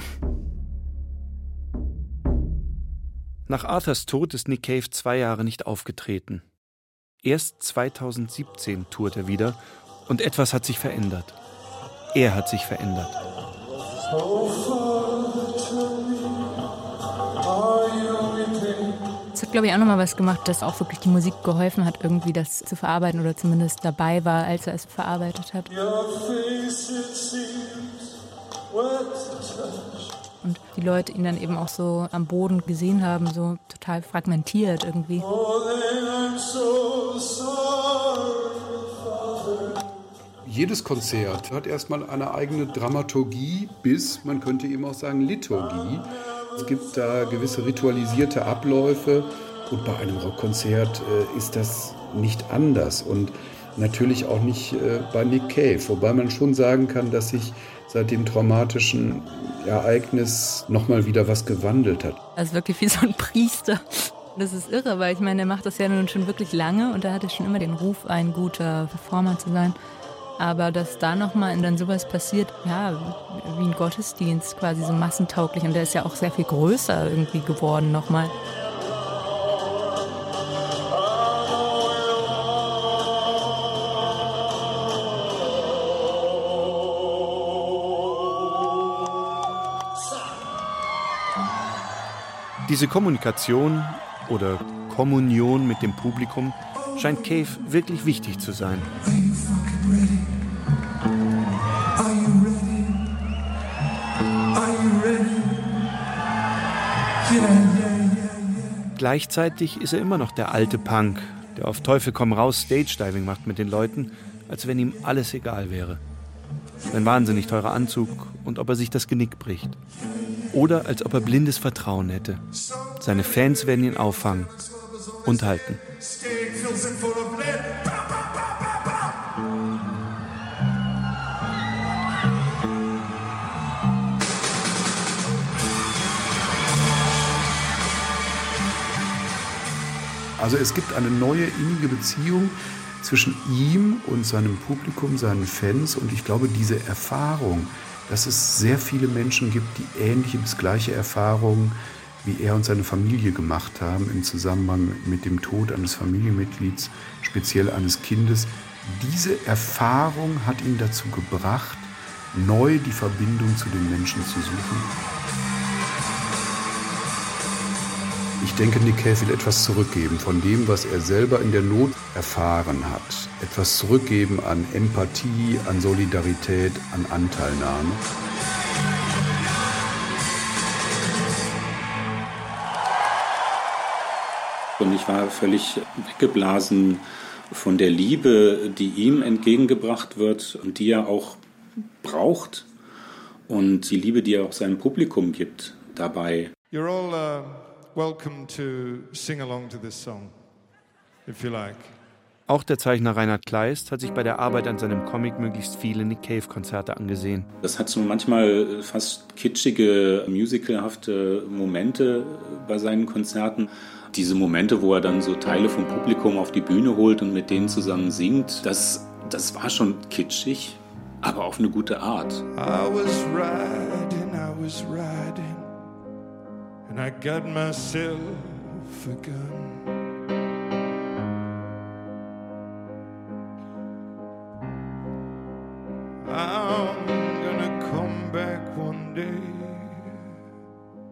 S2: Nach Arthurs Tod ist Nick Cave 2 Jahre nicht aufgetreten. Erst 2017 tourt er wieder und etwas hat sich verändert. Er hat sich verändert.
S3: Es hat, glaube ich, auch nochmal was gemacht, dass auch wirklich die Musik geholfen hat, irgendwie das zu verarbeiten oder zumindest dabei war, als er es verarbeitet hat. Und die Leute ihn dann eben auch so am Boden gesehen haben, so total fragmentiert irgendwie.
S7: Jedes Konzert hat erstmal eine eigene Dramaturgie bis, man könnte eben auch sagen, Liturgie. Es gibt da gewisse ritualisierte Abläufe und bei einem Rockkonzert ist das nicht anders und natürlich auch nicht bei Nick Cave, wobei man schon sagen kann, dass sich seit dem traumatischen Ereignis nochmal wieder was gewandelt hat.
S3: Er ist wirklich wie so ein Priester. Das ist irre, weil ich meine, er macht das ja nun schon wirklich lange und er hatte schon immer den Ruf, ein guter Performer zu sein. Aber dass da nochmal dann sowas passiert, ja, wie ein Gottesdienst, quasi so massentauglich. Und der ist ja auch sehr viel größer irgendwie geworden nochmal.
S2: Diese Kommunikation oder Kommunion mit dem Publikum scheint Cave wirklich wichtig zu sein. Gleichzeitig ist er immer noch der alte Punk, der auf Teufel komm raus Stage-Diving macht mit den Leuten, als wenn ihm alles egal wäre. Sein wahnsinnig teurer Anzug und ob er sich das Genick bricht. Oder als ob er blindes Vertrauen hätte. Seine Fans werden ihn auffangen und halten.
S7: Also es gibt eine neue innige Beziehung zwischen ihm und seinem Publikum, seinen Fans. Und ich glaube, diese Erfahrung, dass es sehr viele Menschen gibt, die ähnliche bis gleiche Erfahrungen wie er und seine Familie gemacht haben im Zusammenhang mit dem Tod eines Familienmitglieds, speziell eines Kindes. Diese Erfahrung hat ihn dazu gebracht, neu die Verbindung zu den Menschen zu suchen. Ich denke, Nick Cave will etwas zurückgeben von dem, was er selber in der Not erfahren hat. Etwas zurückgeben an Empathie, an Solidarität, an Anteilnahme.
S5: Und ich war völlig weggeblasen von der Liebe, die ihm entgegengebracht wird und die er auch braucht. Und die Liebe, die er auch seinem Publikum gibt dabei.
S11: You're all welcome to sing along to this song, if you like.
S2: Auch der Zeichner Reinhard Kleist hat sich bei der Arbeit an seinem Comic möglichst viele Nick Cave-Konzerte angesehen.
S5: Das hat so manchmal fast kitschige, musicalhafte Momente bei seinen Konzerten. Diese Momente, wo er dann so Teile vom Publikum auf die Bühne holt und mit denen zusammen singt, das war schon kitschig, aber auf eine gute Art.
S11: I was riding, and I got myself a gun. I'm gonna come back one day,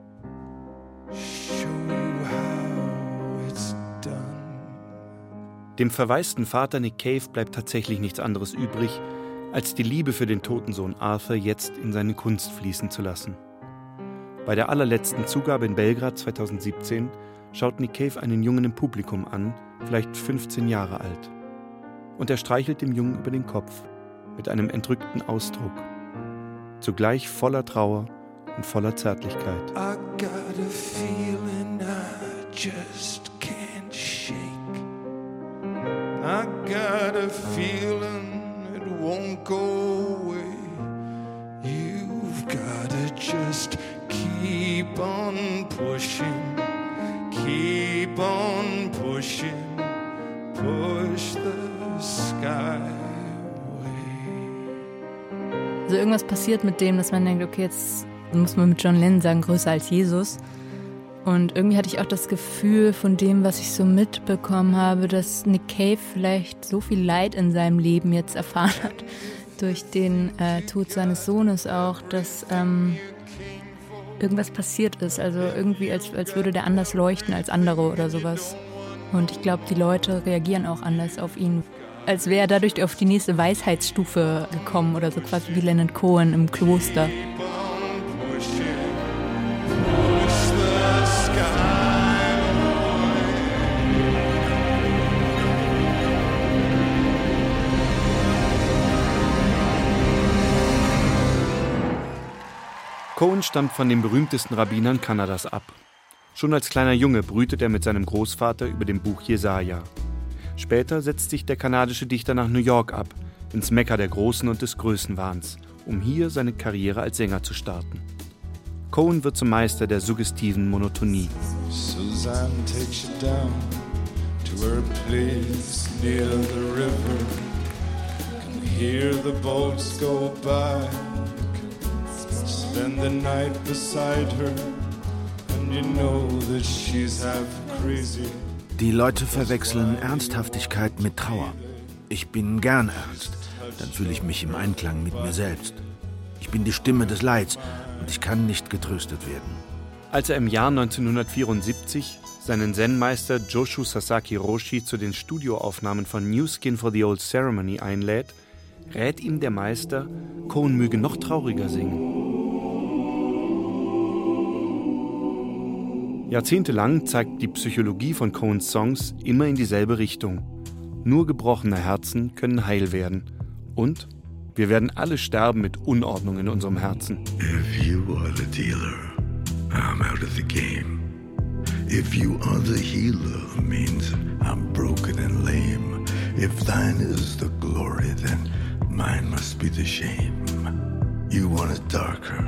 S11: show you how it's done.
S2: Dem verwaisten Vater Nick Cave bleibt tatsächlich nichts anderes übrig, als die Liebe für den toten Sohn Arthur jetzt in seine Kunst fließen zu lassen. Bei der allerletzten Zugabe in Belgrad 2017 schaut Nick Cave einen Jungen im Publikum an, vielleicht 15 Jahre alt. Und er streichelt dem Jungen über den Kopf mit einem entrückten Ausdruck, zugleich voller Trauer und voller Zärtlichkeit.
S11: I got a feeling I just can't shake. I got a feeling it won't go away. You've gotta just keep on pushing, keep on pushing, push the sky.
S3: Also irgendwas passiert mit dem, dass man denkt, okay, jetzt muss man mit John Lennon sagen, größer als Jesus. Und irgendwie hatte ich auch das Gefühl von dem, was ich so mitbekommen habe, dass Nick Cave vielleicht so viel Leid in seinem Leben jetzt erfahren hat, durch den Tod seines Sohnes auch, dass irgendwas passiert ist. Also irgendwie, als würde der anders leuchten als andere oder sowas. Und ich glaube, die Leute reagieren auch anders auf ihn. Als wäre er dadurch auf die nächste Weisheitsstufe gekommen oder so, quasi wie Leonard Cohen im Kloster.
S2: Cohen stammt von den berühmtesten Rabbinern Kanadas ab. Schon als kleiner Junge brütet er mit seinem Großvater über dem Buch Jesaja. Später setzt sich der kanadische Dichter nach New York ab, ins Mekka der Großen und des Größenwahns, um hier seine Karriere als Sänger zu starten. Cohen wird zum Meister der suggestiven Monotonie.
S11: Suzanne takes you down to her place near the river. Can hear the boats go by. Spend the night beside her, and you know that she's half crazy.
S12: Die Leute verwechseln Ernsthaftigkeit mit Trauer. Ich bin gern ernst, dann fühle ich mich im Einklang mit mir selbst. Ich bin die Stimme des Leids und ich kann nicht getröstet werden.
S2: Als er im Jahr 1974 seinen Zen-Meister Joshu Sasaki Roshi zu den Studioaufnahmen von New Skin for the Old Ceremony einlädt, rät ihm der Meister, Cohen möge noch trauriger singen. Jahrzehntelang zeigt die Psychologie von Cohens Songs immer in dieselbe Richtung. Nur gebrochene Herzen können heil werden. Und wir werden alle sterben mit Unordnung in unserem Herzen.
S13: If you are the dealer, I'm out of the game. If you are the healer, means I'm broken and lame. If thine is the glory, then mine must be the shame. You want it darker,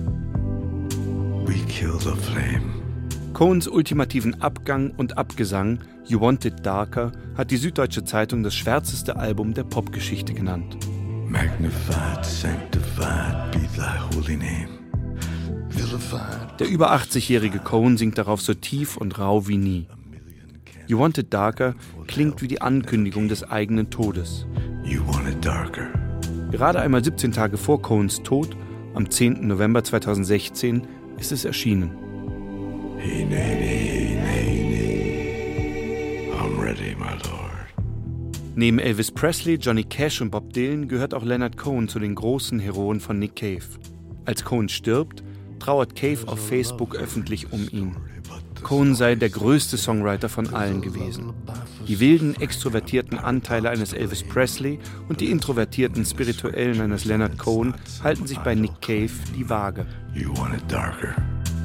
S13: we kill the flame.
S2: Cohens ultimativen Abgang und Abgesang You Want It Darker hat die Süddeutsche Zeitung das schwärzeste Album der Popgeschichte genannt.
S13: Magnified, sanctified be thy holy name. Vilified.
S2: Der über 80-jährige Cohen singt darauf so tief und rau wie nie. You Want It Darker klingt wie die Ankündigung des eigenen Todes.
S13: You want it darker.
S2: Gerade einmal 17 Tage vor Cohens Tod, am 10. November 2016, ist es erschienen.
S13: Hey, nay, nay, nay. I'm ready, my lord.
S2: Neben Elvis Presley, Johnny Cash und Bob Dylan gehört auch Leonard Cohen zu den großen Heroen von Nick Cave. Als Cohen stirbt, trauert Cave auf Facebook öffentlich um ihn. Cohen sei der größte Songwriter von allen gewesen. Die wilden, extrovertierten Anteile eines Elvis Presley und die introvertierten, spirituellen eines Leonard Cohen halten sich bei Nick Cave die Waage.
S13: You want it darker.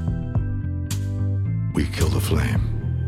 S13: We kill the flame.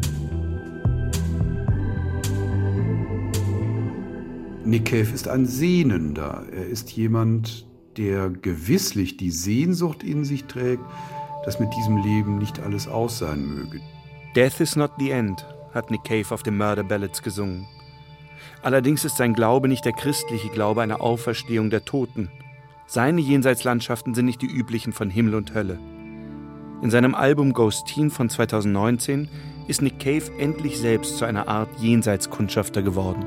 S7: Nick Cave ist ein Sehnender. Er ist jemand, der gewisslich die Sehnsucht in sich trägt, dass mit diesem Leben nicht alles aus sein möge.
S2: Death is not the end, hat Nick Cave auf den Murder Ballads gesungen. Allerdings ist sein Glaube nicht der christliche Glaube einer Auferstehung der Toten. Seine Jenseitslandschaften sind nicht die üblichen von Himmel und Hölle. In seinem Album Ghost Teen von 2019 ist Nick Cave endlich selbst zu einer Art Jenseitskundschafter geworden.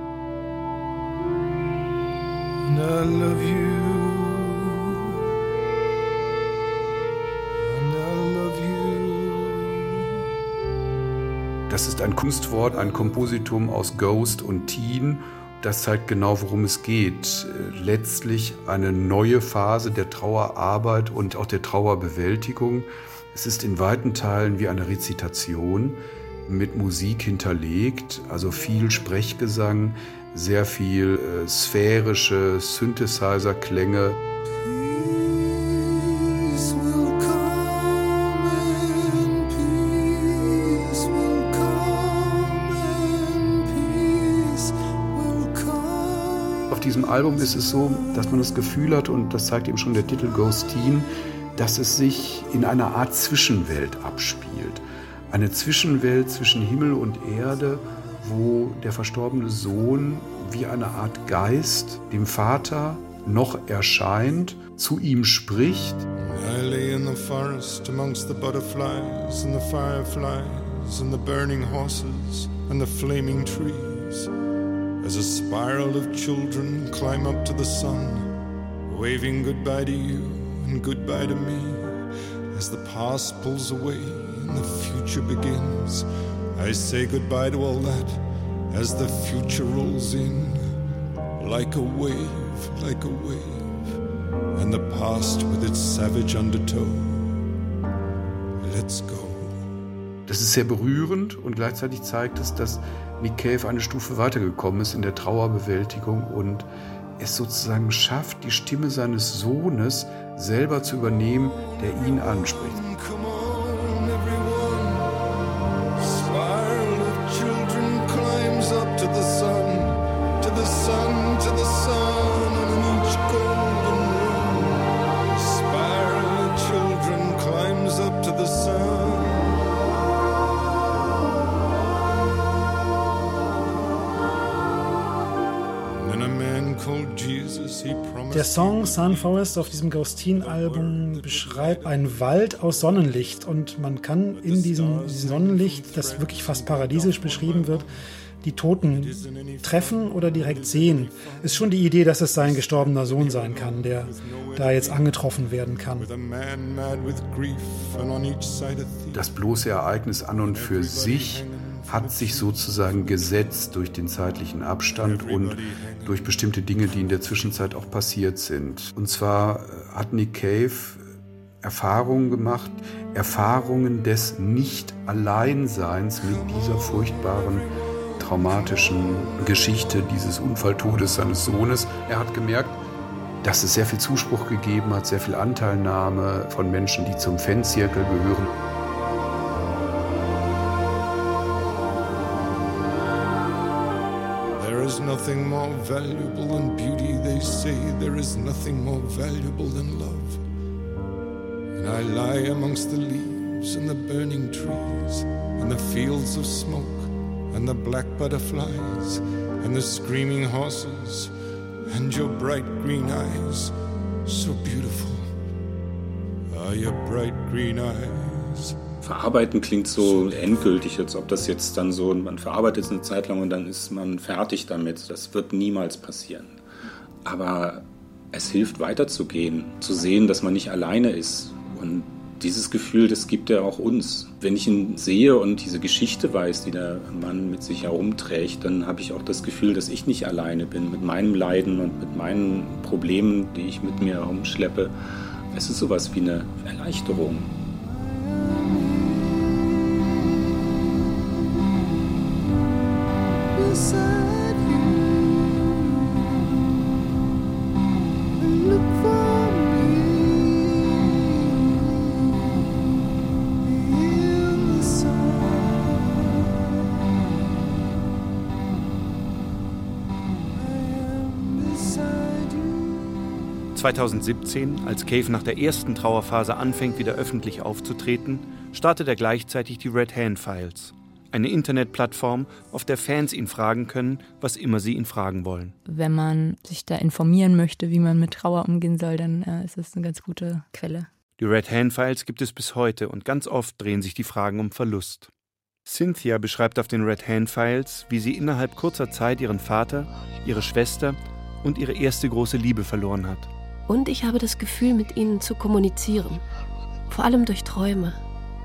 S11: And I love you.
S7: Das ist ein Kunstwort, ein Kompositum aus Ghost und Teen. Das zeigt genau, worum es geht. Letztlich eine neue Phase der Trauerarbeit und auch der Trauerbewältigung. Es ist in weiten Teilen wie eine Rezitation mit Musik hinterlegt, also viel Sprechgesang, sehr viel sphärische Synthesizer-Klänge. Auf diesem Album ist es so, dass man das Gefühl hat, und das zeigt eben schon der Titel Ghost Teen, dass es sich in einer Art Zwischenwelt abspielt. Eine Zwischenwelt zwischen Himmel und Erde, wo der verstorbene Sohn wie eine Art Geist dem Vater noch erscheint, zu ihm spricht.
S11: I lay in the forest amongst the butterflies and the fireflies and the burning horses and the flaming trees. As a spiral of children climb up to the sun, waving goodbye to you and goodbye to me. As the past pulls away and the future begins, I say goodbye to all that as the future rolls in, like a wave, like a wave, and the past with its savage undertow. Let's go.
S7: Das ist sehr berührend und gleichzeitig zeigt es, dass Nick Cave eine Stufe weitergekommen ist in der Trauerbewältigung und es sozusagen schafft, die Stimme seines Sohnes selber zu übernehmen, der ihn anspricht.
S4: Der Song Sun Forest auf diesem Ghost Teen-Album beschreibt einen Wald aus Sonnenlicht und man kann in diesem Sonnenlicht, das wirklich fast paradiesisch beschrieben wird, die Toten treffen oder direkt sehen. Ist schon die Idee, dass es sein gestorbener Sohn sein kann, der da jetzt angetroffen werden kann.
S7: Das bloße Ereignis an und für sich hat sich sozusagen gesetzt durch den zeitlichen Abstand und durch bestimmte Dinge, die in der Zwischenzeit auch passiert sind. Und zwar hat Nick Cave Erfahrungen gemacht, Erfahrungen des Nicht-Alleinseins mit dieser furchtbaren, traumatischen Geschichte dieses Unfalltodes seines Sohnes. Er hat gemerkt, dass es sehr viel Zuspruch gegeben hat, sehr viel Anteilnahme von Menschen, die zum Fanzirkel gehören.
S11: There is nothing more valuable than beauty, they say. There is nothing more valuable than love. And I lie amongst the leaves and the burning trees and the fields of smoke and the black butterflies and the screaming horses and your bright green eyes, so beautiful are your bright green eyes.
S5: Verarbeiten klingt so endgültig, als ob das jetzt dann so, man verarbeitet es eine Zeit lang und dann ist man fertig damit. Das wird niemals passieren. Aber es hilft weiterzugehen, zu sehen, dass man nicht alleine ist. Und dieses Gefühl, das gibt er auch uns. Wenn ich ihn sehe und diese Geschichte weiß, die der Mann mit sich herumträgt, dann habe ich auch das Gefühl, dass ich nicht alleine bin mit meinem Leiden und mit meinen Problemen, die ich mit mir herumschleppe. Es ist sowas wie eine Erleichterung.
S2: (2017), als Cave nach der ersten Trauerphase anfängt, wieder öffentlich aufzutreten, startet er gleichzeitig die Red Hand Files, eine Internetplattform, auf der Fans ihn fragen können, was immer sie ihn fragen wollen.
S3: Wenn man sich da informieren möchte, wie man mit Trauer umgehen soll, dann ist das eine ganz gute Quelle.
S2: Die Red Hand Files gibt es bis heute und ganz oft drehen sich die Fragen um Verlust. Cynthia beschreibt auf den Red Hand Files, wie sie innerhalb kurzer Zeit ihren Vater, ihre Schwester und ihre erste große Liebe verloren hat.
S8: Und ich habe das Gefühl, mit ihnen zu kommunizieren. Vor allem durch Träume.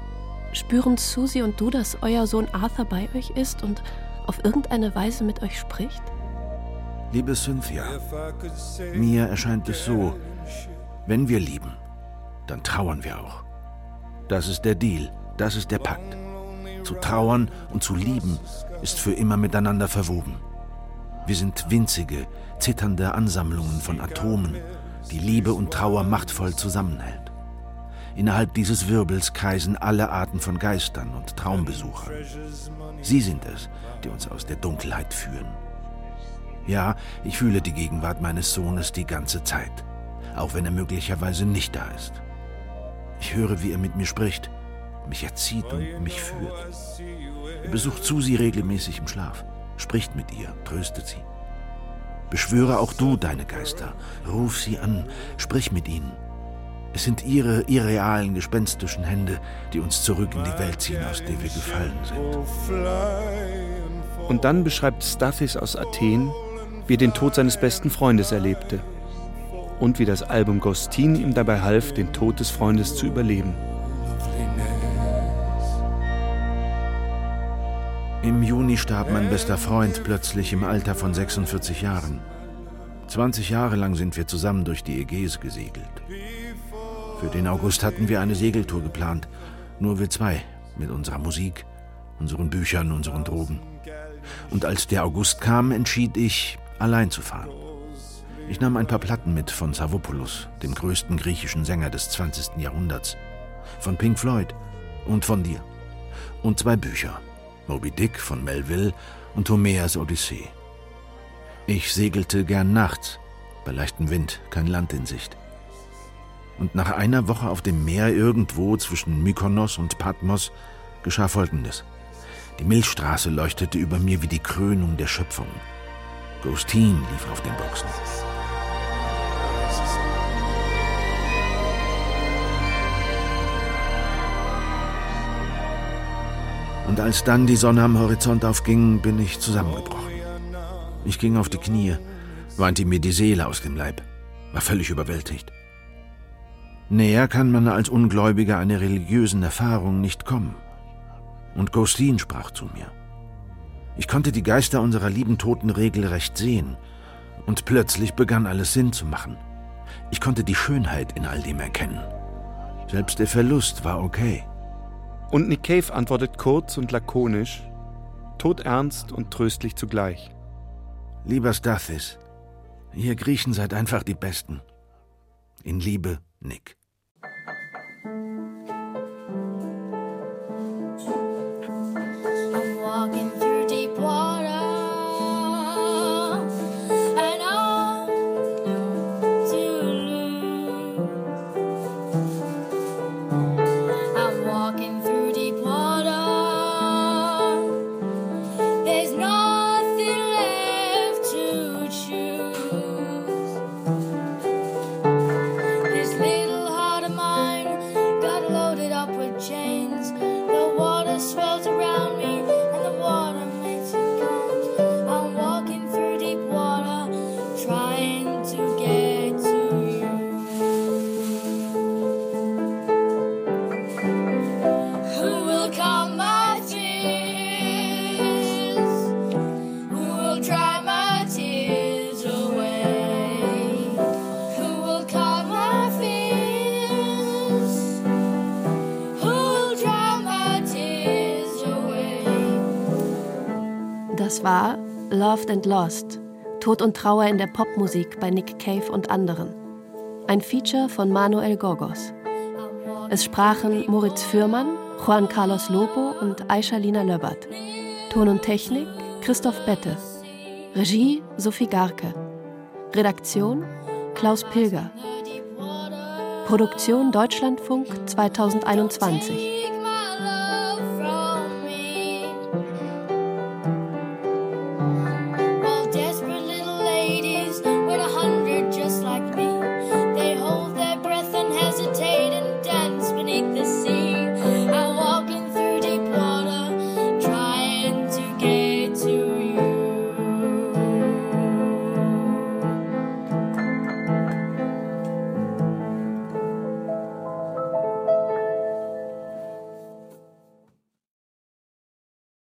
S8: Spüren Susie und du, dass euer Sohn Arthur bei euch ist und auf irgendeine Weise mit euch spricht?
S12: Liebe Cynthia, mir erscheint es so, wenn wir lieben, dann trauern wir auch. Das ist der Deal, das ist der Pakt. Zu trauern und zu lieben ist für immer miteinander verwoben. Wir sind winzige, zitternde Ansammlungen von Atomen, die Liebe und Trauer machtvoll zusammenhält. Innerhalb dieses Wirbels kreisen alle Arten von Geistern und Traumbesuchern. Sie sind es, die uns aus der Dunkelheit führen. Ja, ich fühle die Gegenwart meines Sohnes die ganze Zeit, auch wenn er möglicherweise nicht da ist. Ich höre, wie er mit mir spricht, mich erzieht und mich führt. Er besucht Susi regelmäßig im Schlaf, spricht mit ihr, tröstet sie. Beschwöre auch du deine Geister, ruf sie an, sprich mit ihnen. Es sind ihre irrealen, gespenstischen Hände, die uns zurück in die Welt ziehen, aus der wir gefallen sind.
S2: Und dann beschreibt Stathis aus Athen, wie er den Tod seines besten Freundes erlebte und wie das Album Ghostin ihm dabei half, den Tod des Freundes zu überleben.
S12: Im Juni starb mein bester Freund plötzlich im Alter von 46 Jahren. 20 Jahre lang sind wir zusammen durch die Ägäis gesegelt. Für den August hatten wir eine Segeltour geplant, nur wir zwei, mit unserer Musik, unseren Büchern, unseren Drogen. Und als der August kam, entschied ich, allein zu fahren. Ich nahm ein paar Platten mit von Savvopoulos, dem größten griechischen Sänger des 20. Jahrhunderts, von Pink Floyd und von dir. Und 2 Bücher, Moby Dick von Melville und Homers Odyssee. Ich segelte gern nachts, bei leichtem Wind, kein Land in Sicht. Und nach einer Woche auf dem Meer irgendwo zwischen Mykonos und Patmos geschah Folgendes. Die Milchstraße leuchtete über mir wie die Krönung der Schöpfung. Ghostin lief auf den Boxen. Und als dann die Sonne am Horizont aufging, bin ich zusammengebrochen. Ich ging auf die Knie, weinte mir die Seele aus dem Leib, war völlig überwältigt. Näher kann man als Ungläubiger einer religiösen Erfahrung nicht kommen. Und Ghostin sprach zu mir. Ich konnte die Geister unserer lieben Toten regelrecht sehen. Und plötzlich begann alles Sinn zu machen. Ich konnte die Schönheit in all dem erkennen. Selbst der Verlust war okay.
S2: Und Nick Cave antwortet kurz und lakonisch, todernst und tröstlich zugleich.
S12: Lieber Stathis, ihr Griechen seid einfach die Besten. In Liebe, Nick.
S8: Das war Loved and Lost, Tod und Trauer in der Popmusik bei Nick Cave und anderen. Ein Feature von Manuel Gogos. Es sprachen Moritz Fürmann, Juan Carlos Lobo und Aisha-Lina Löbbert. Ton und Technik Christoph Bette. Regie Sophie Garke. Redaktion Klaus Pilger. Produktion Deutschlandfunk 2021.